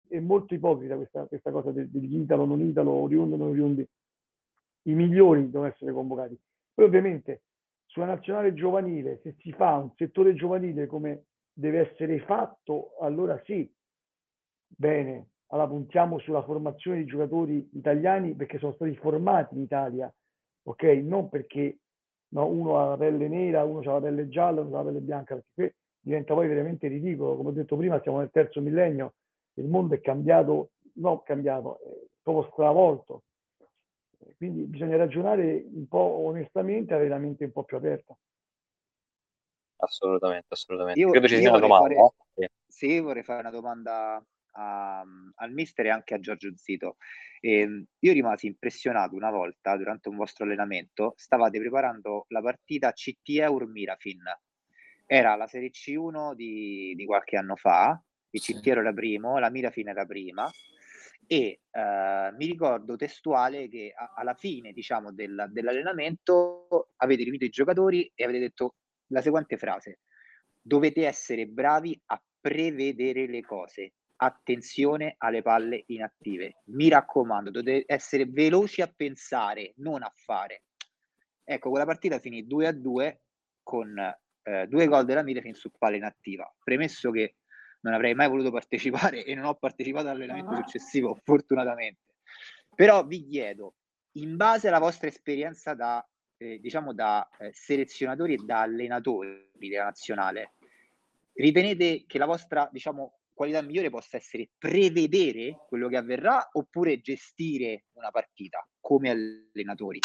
Speaker 2: è molto ipocrita questa cosa degli italo, non italo, oriundi, non oriundi. I migliori devono essere convocati. Poi ovviamente sulla nazionale giovanile, se si fa un settore giovanile come deve essere fatto, allora sì, bene, allora puntiamo sulla formazione di giocatori italiani perché sono stati formati in Italia, ok? Non perché no, uno ha la pelle nera, uno ha la pelle gialla, uno ha la pelle bianca, perché qui diventa poi veramente ridicolo. Come ho detto prima, siamo nel terzo millennio, il mondo è cambiato, no cambiato, è proprio stravolto. Quindi bisogna ragionare un po' onestamente, avere la mente un po' più aperta.
Speaker 1: Assolutamente, assolutamente.
Speaker 3: Io,
Speaker 1: Credo ci sia
Speaker 3: io
Speaker 1: una
Speaker 3: vorrei
Speaker 1: domanda.
Speaker 3: fare,
Speaker 1: Sì.
Speaker 3: sì, vorrei fare una domanda al mister e anche a Giorgio Zito. Io rimasi impressionato una volta durante un vostro allenamento, stavate preparando la partita CT Eur Mirafin. Era la Serie C1 di qualche anno fa, il
Speaker 6: Sì.
Speaker 3: CT Eur era primo, la Mirafin era prima, e mi ricordo testuale che alla fine, diciamo, dell'allenamento avete riunito i giocatori e avete detto la seguente frase: dovete essere bravi a prevedere le cose. Attenzione alle palle inattive. Mi raccomando, dovete essere veloci a pensare, non a fare. Ecco, quella partita finì 2-2 con 2 gol della Mirafin su palla inattiva. Premesso che non avrei mai voluto partecipare e non ho partecipato all'allenamento successivo, fortunatamente. Però vi chiedo, in base alla vostra esperienza da selezionatori e da allenatori della nazionale, ritenete che la vostra, diciamo, qualità migliore possa essere prevedere quello che avverrà oppure gestire una partita come allenatori?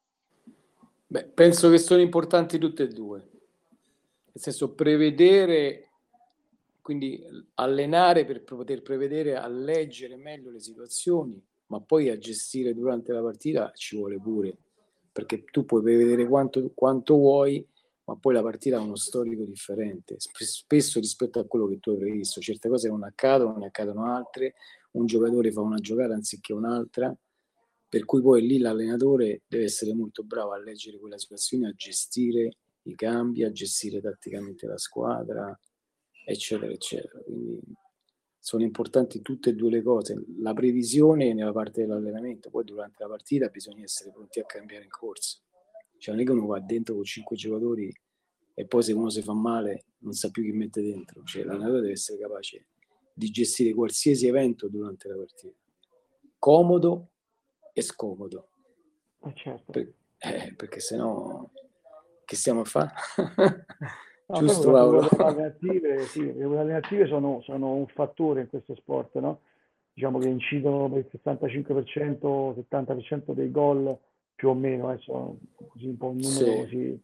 Speaker 6: Beh, penso che sono importanti tutte e due. Nel senso, prevedere, quindi allenare per poter prevedere, a leggere meglio le situazioni, ma poi a gestire durante la partita ci vuole pure, perché tu puoi prevedere quanto vuoi, ma poi la partita ha uno storico differente, spesso rispetto a quello che tu hai previsto. Certe cose non accadono, ne accadono altre, un giocatore fa una giocata anziché un'altra, per cui poi lì l'allenatore deve essere molto bravo a leggere quella situazione, a gestire i cambi, a gestire tatticamente la squadra, eccetera, eccetera. Quindi sono importanti tutte e due le cose, la previsione nella parte dell'allenamento, poi durante la partita bisogna essere pronti a cambiare in corsa. Cioè non è che uno va dentro con 5 giocatori e poi se uno si fa male non sa più chi mette dentro. Cioè l'allenatore deve essere capace di gestire qualsiasi evento durante la partita, comodo e scomodo.
Speaker 2: Certo.
Speaker 6: Perché sennò che stiamo a fare?
Speaker 2: No,
Speaker 6: Giusto, Paolo?
Speaker 2: le allenative, sì, le allenative sono un fattore in questo sport, no? Diciamo che incidono per il 65%, 70% dei gol più o meno, adesso così un po' un numero
Speaker 6: Sì.
Speaker 2: così,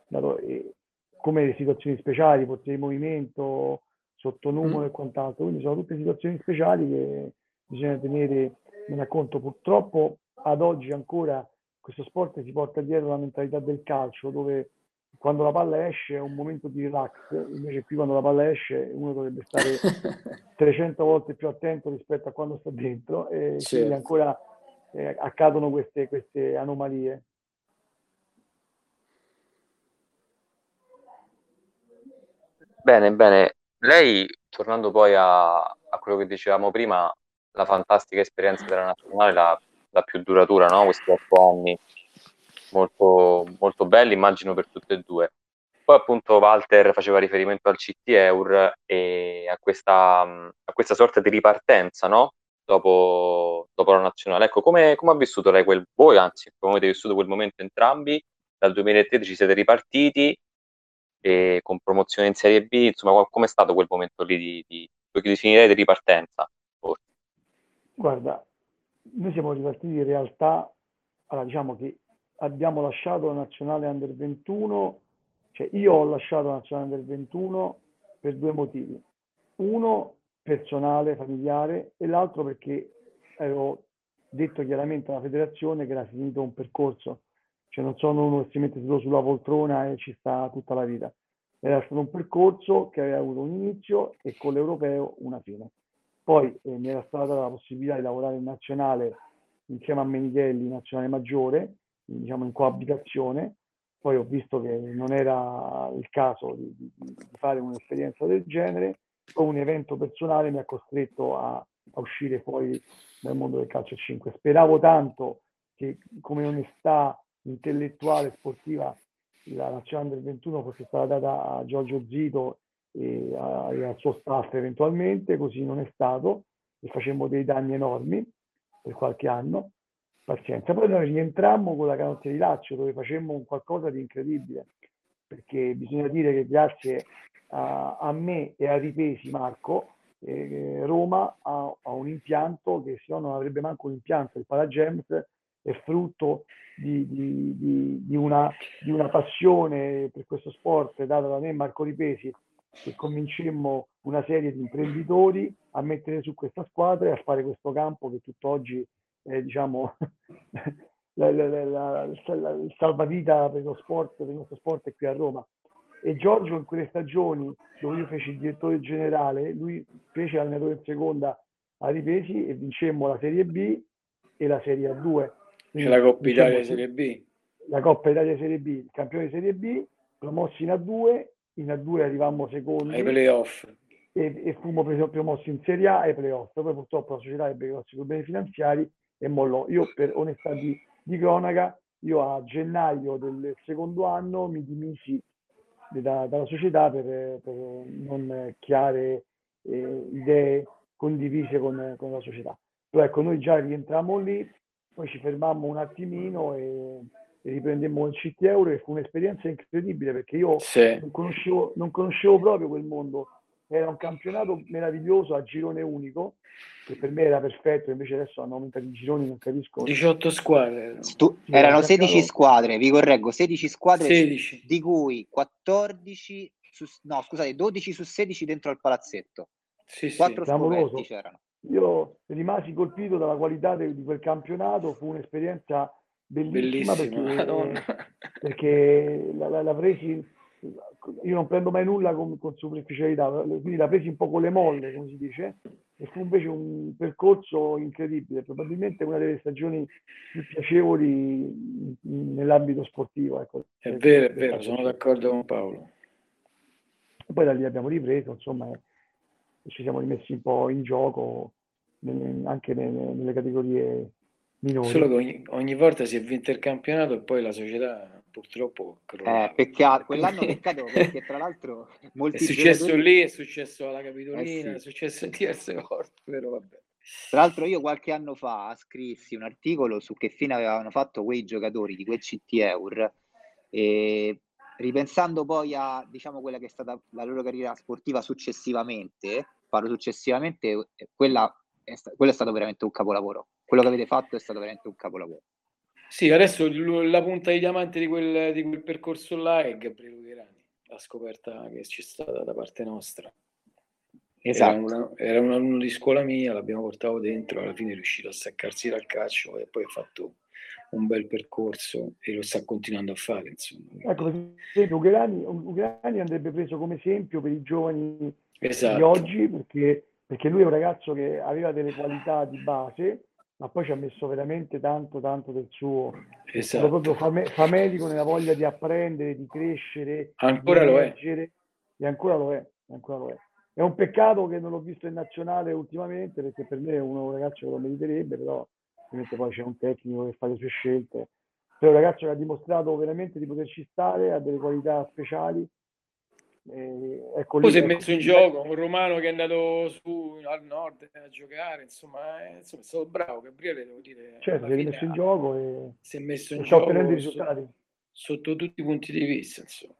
Speaker 2: come le situazioni speciali, porti di movimento, sotto numero e quant'altro, quindi sono tutte situazioni speciali che bisogna tenere in conto. Purtroppo ad oggi ancora questo sport si porta dietro la mentalità del calcio, dove quando la palla esce è un momento di relax, invece qui quando la palla esce uno dovrebbe stare 300 volte più attento rispetto a quando sta dentro, e
Speaker 6: Certo.
Speaker 2: quindi ancora accadono queste anomalie.
Speaker 1: Bene, bene. Lei, tornando poi a quello che dicevamo prima, la fantastica esperienza della nazionale, la più duratura, no? Questi 8 anni, molto, molto belli, immagino per tutte e due. Poi appunto Walter faceva riferimento al CT Eur e a questa sorta di ripartenza, no? Dopo la nazionale. Ecco, come ha vissuto lei voi anzi, come avete vissuto quel momento entrambi? Dal 2013 siete ripartiti e con promozione in Serie B, insomma, com'è stato quel momento lì lo definirei di ripartenza? Forse.
Speaker 2: Guarda, noi siamo ripartiti in realtà, allora diciamo che abbiamo lasciato la nazionale under 21, cioè io ho lasciato la nazionale under 21 per due motivi. Uno personale, familiare, e l'altro perché avevo detto chiaramente alla federazione che era finito un percorso, cioè non sono uno che si mette solo sulla poltrona e ci sta tutta la vita. Era stato un percorso che aveva avuto un inizio e con l'europeo una fine. Poi mi era stata data la possibilità di lavorare in nazionale insieme a Menichelli, in nazionale maggiore, diciamo in coabitazione. Poi ho visto che non era il caso di fare un'esperienza del genere, poi un evento personale mi ha costretto a a uscire fuori dal mondo del calcio a 5. Speravo tanto che come onestà intellettuale sportiva la nazionale del 21 fosse stata data a Giorgio Zito e al suo staff eventualmente, così non è stato e facemmo dei danni enormi per qualche anno. Pazienza. Poi noi rientrammo con la Canottiera di Lazio dove facemmo un qualcosa di incredibile, perché bisogna dire che grazie a me e a Ripesi Marco, Roma ha un impianto che se no non avrebbe manco un impianto. Il Palagems è frutto di una passione per questo sport data da me e Marco Ripesi, che convincemmo una serie di imprenditori a mettere su questa squadra e a fare questo campo che tutt'oggi è, diciamo, il salvavita per lo sport, per il nostro sport è qui a Roma. E Giorgio in quelle stagioni dove io feci il direttore generale, lui fece l'allenatore in seconda a Ripesi e vincemmo la Serie B e la Serie A2.
Speaker 6: E la Coppa Italia Serie B.
Speaker 2: La Coppa Italia Serie B, il campione di Serie B, promossi in A2 arrivammo secondi.
Speaker 6: Ai playoff.
Speaker 2: E fummo promossi in Serie A ai playoff. Poi purtroppo la società ebbe grossi problemi finanziari e mollò. Io per onestà di cronaca, io a gennaio del secondo anno mi dimisi dalla società per non chiare idee condivise con la società. Però ecco, noi già rientrammo lì, poi ci fermammo un attimino e riprendemmo il CT Euro e fu un'esperienza incredibile perché io non conoscevo proprio quel mondo. Era un campionato meraviglioso a girone unico, che per me era perfetto, invece adesso hanno aumentato i gironi, non capisco.
Speaker 6: 18 squadre.
Speaker 3: Erano 16 squadre, vi correggo, 16 squadre
Speaker 6: 16.
Speaker 3: Di cui 12 su 16 dentro al palazzetto.
Speaker 6: Sì,
Speaker 3: 4 scoperti c'erano.
Speaker 2: Io rimasi colpito dalla qualità di quel campionato, fu un'esperienza bellissima perché la presi, io non prendo mai nulla con superficialità, quindi la presi un po' con le molle, come si dice, e fu invece un percorso incredibile, probabilmente una delle stagioni più piacevoli nell'ambito sportivo. Ecco.
Speaker 6: È vero, sono d'accordo con Paolo.
Speaker 2: E poi da lì abbiamo ripreso, insomma, ci siamo rimessi un po' in gioco anche nelle categorie minori.
Speaker 6: Solo che ogni volta si è vinto il campionato e poi la società purtroppo crollava.
Speaker 3: Peccato, quell'anno peccato perché tra l'altro molti
Speaker 6: è successo
Speaker 3: giocatori...
Speaker 6: lì, è successo alla Capitolina, è successo diverse volte, però vabbè.
Speaker 3: Tra l'altro io qualche anno fa scrissi un articolo su che fine avevano fatto quei giocatori di quel CT Eur e ripensando poi a, diciamo, quella che è stata la loro carriera sportiva successivamente, quello è stato veramente un capolavoro. Quello che avete fatto è stato veramente un capolavoro.
Speaker 6: Sì, adesso la punta di diamante di quel percorso là è Gabriele Ugherani, la scoperta che c'è stata da parte nostra.
Speaker 3: Esatto.
Speaker 6: Era un alunno di scuola mia, l'abbiamo portato dentro, alla fine è riuscito a staccarsi dal calcio e poi ha fatto un bel percorso e lo sta continuando a fare, insomma.
Speaker 2: Ecco, per esempio Ugherani andrebbe preso come esempio per i giovani
Speaker 6: esatto.
Speaker 2: di oggi perché lui è un ragazzo che aveva delle qualità di base, ma poi ci ha messo veramente tanto del suo. È stato proprio famelico nella voglia di apprendere, di crescere,
Speaker 6: ancora
Speaker 2: di
Speaker 6: emergere,
Speaker 2: e ancora lo è. È un peccato che non l'ho visto in nazionale ultimamente, perché per me è un ragazzo che lo meriterebbe, però ovviamente poi c'è un tecnico che fa le sue scelte. Però è un ragazzo che ha dimostrato veramente di poterci stare, ha delle qualità speciali. Ecco,
Speaker 6: poi si è messo in gioco un romano che è andato su al nord a giocare, insomma è stato bravo Gabriele, devo dire.
Speaker 2: Certo, si è messo in gioco e
Speaker 6: si è messo in
Speaker 2: sta
Speaker 6: gioco
Speaker 2: ottenendo i risultati
Speaker 6: sotto tutti i punti di vista, insomma.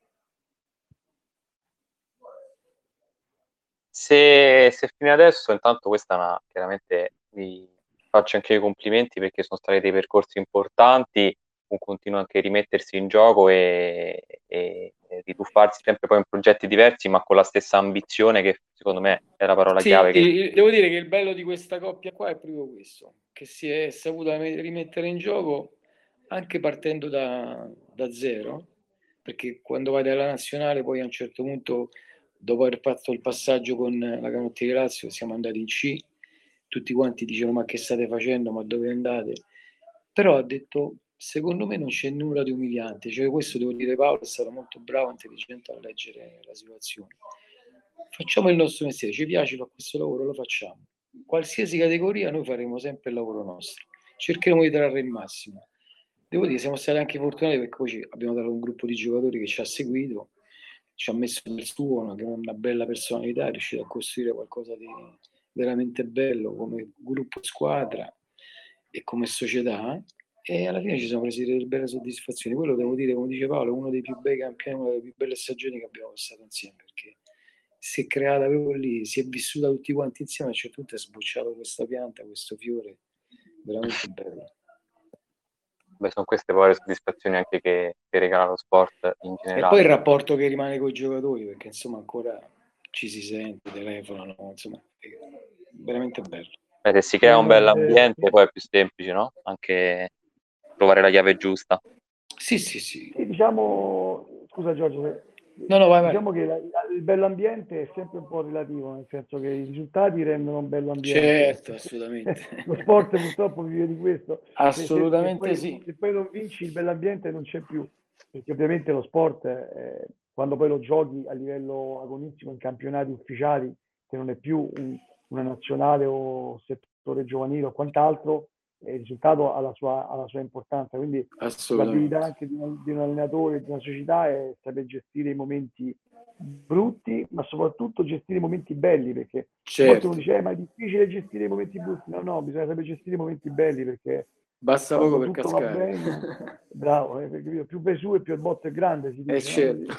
Speaker 1: Se fino adesso, intanto questa chiaramente vi faccio anche i complimenti perché sono stati dei percorsi importanti, continua anche a rimettersi in gioco e rituffarsi sempre poi in progetti diversi, ma con la stessa ambizione che secondo me è la parola chiave.
Speaker 6: Devo dire che il bello di questa coppia qua è proprio questo, che si è saputa rimettere in gioco anche partendo da zero, perché quando vai dalla nazionale poi a un certo punto, dopo aver fatto il passaggio con la Canottiera di Lazio, siamo andati in C, tutti quanti dicevano ma che state facendo, ma dove andate? Però ha detto, secondo me non c'è nulla di umiliante, cioè questo devo dire, Paolo è stato molto bravo, intelligente a leggere la situazione. Facciamo il nostro mestiere, ci piace fare questo lavoro, lo facciamo. qualsiasi categoria noi faremo sempre il lavoro nostro, cercheremo di trarre il massimo. Devo dire, siamo stati anche fortunati perché poi abbiamo dato un gruppo di giocatori che ci ha seguito, ci ha messo il suo, una bella personalità, è riuscito a costruire qualcosa di veramente bello come gruppo squadra e come società, e alla fine ci siamo presi delle belle soddisfazioni. Quello devo dire, come dice Paolo, è uno dei più bei campioni, una delle più belle stagioni che abbiamo passato insieme, perché si è creata proprio lì, si è vissuta tutti quanti insieme, a un certo punto è sbocciato questa pianta, questo fiore veramente bello.
Speaker 1: Beh, sono queste poi le soddisfazioni anche che regala lo sport in
Speaker 6: E
Speaker 1: generale.
Speaker 6: poi il rapporto che rimane con i giocatori, perché insomma ancora ci si sente, telefonano, insomma, è veramente bello.
Speaker 1: Se si crea un bel ambiente poi è più semplice, no? Anche trovare la chiave giusta.
Speaker 6: Sì.
Speaker 2: Sì, diciamo, scusa Giorgio,
Speaker 6: No, vai.
Speaker 2: Diciamo che il bell'ambiente è sempre un po' relativo, nel senso che i risultati rendono un bello ambiente.
Speaker 6: Certo, assolutamente.
Speaker 2: Lo sport purtroppo vive di questo.
Speaker 6: Assolutamente
Speaker 2: Se poi non vinci, il bell'ambiente non c'è più, perché ovviamente lo sport, quando poi lo giochi a livello agonistico in campionati ufficiali, che non è più una nazionale o settore giovanile o quant'altro, il risultato ha la sua importanza, quindi l'abilità anche di un allenatore, di una società, è saper gestire i momenti brutti, ma soprattutto gestire i momenti belli, perché a volte uno dice ma è difficile gestire i momenti brutti. No, bisogna saper gestire i momenti belli, perché
Speaker 6: basta poco per
Speaker 2: tutto
Speaker 6: cascare.
Speaker 2: Va bene, bravo, perché più vai su e più il botto è grande, si dice,
Speaker 6: certo.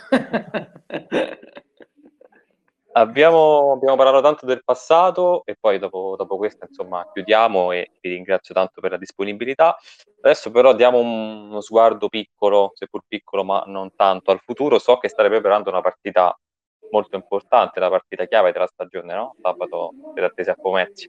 Speaker 1: Abbiamo parlato tanto del passato e poi dopo questo insomma chiudiamo e vi ringrazio tanto per la disponibilità. Adesso però diamo uno sguardo piccolo, seppur piccolo ma non tanto, al futuro. So che state preparando una partita molto importante, la partita chiave della stagione, no? Sabato siete attesi a Pomezia.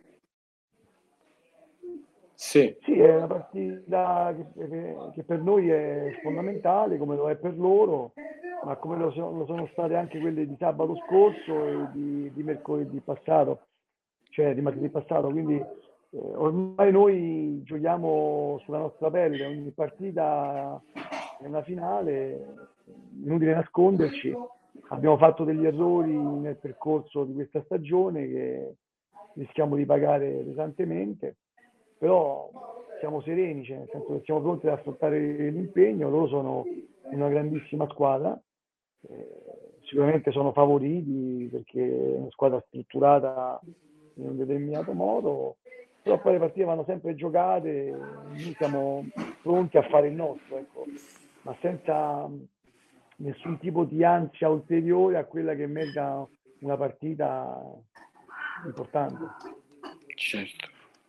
Speaker 2: Sì, è una partita che per noi è fondamentale, come lo è per loro, ma come lo sono state anche quelle di sabato scorso e di mercoledì passato, cioè di martedì passato. Quindi ormai noi giochiamo sulla nostra pelle, ogni partita è una finale, inutile nasconderci. Abbiamo fatto degli errori nel percorso di questa stagione che rischiamo di pagare pesantemente, però siamo sereni, cioè nel senso che siamo pronti ad affrontare l'impegno. Loro sono una grandissima squadra, sicuramente sono favoriti perché è una squadra strutturata in un determinato modo, però poi le partite vanno sempre giocate, noi siamo pronti a fare il nostro, ecco, ma senza nessun tipo di ansia ulteriore a quella che merita una partita importante.
Speaker 6: Certo.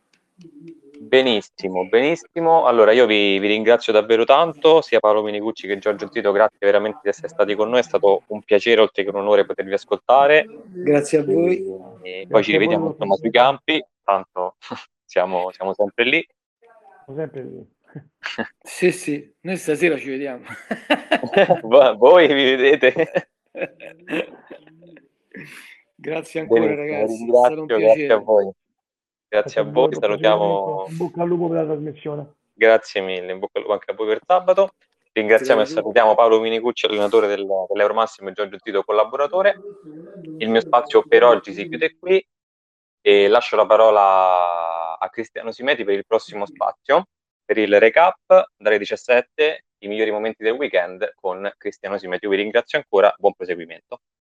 Speaker 1: Benissimo. Allora io vi ringrazio davvero tanto, sia Paolo Minicucci che Giorgio Zito, grazie veramente di essere stati con noi, è stato un piacere oltre che un onore potervi ascoltare.
Speaker 6: Grazie a voi.
Speaker 1: E poi ci rivediamo insomma sui campi, tanto siamo sempre lì.
Speaker 2: Siamo sempre lì.
Speaker 6: Sì, noi stasera ci vediamo.
Speaker 1: Voi vi vedete.
Speaker 6: Grazie ancora.
Speaker 1: Benissimo,
Speaker 6: ragazzi, è stato un piacere.
Speaker 1: Grazie a voi. Grazie a voi, salutiamo.
Speaker 2: In bocca al lupo per la trasmissione.
Speaker 1: Grazie mille, in bocca al lupo anche a voi per sabato. Ringraziamo e salutiamo Paolo Minicucci, allenatore dell'Euromassimo, e Giorgio Zito, collaboratore. Il mio spazio per oggi si chiude qui e lascio la parola a Cristiano Simeti per il prossimo spazio, per il recap dalle 17, i migliori momenti del weekend con Cristiano Simeti. Io vi ringrazio ancora, buon proseguimento.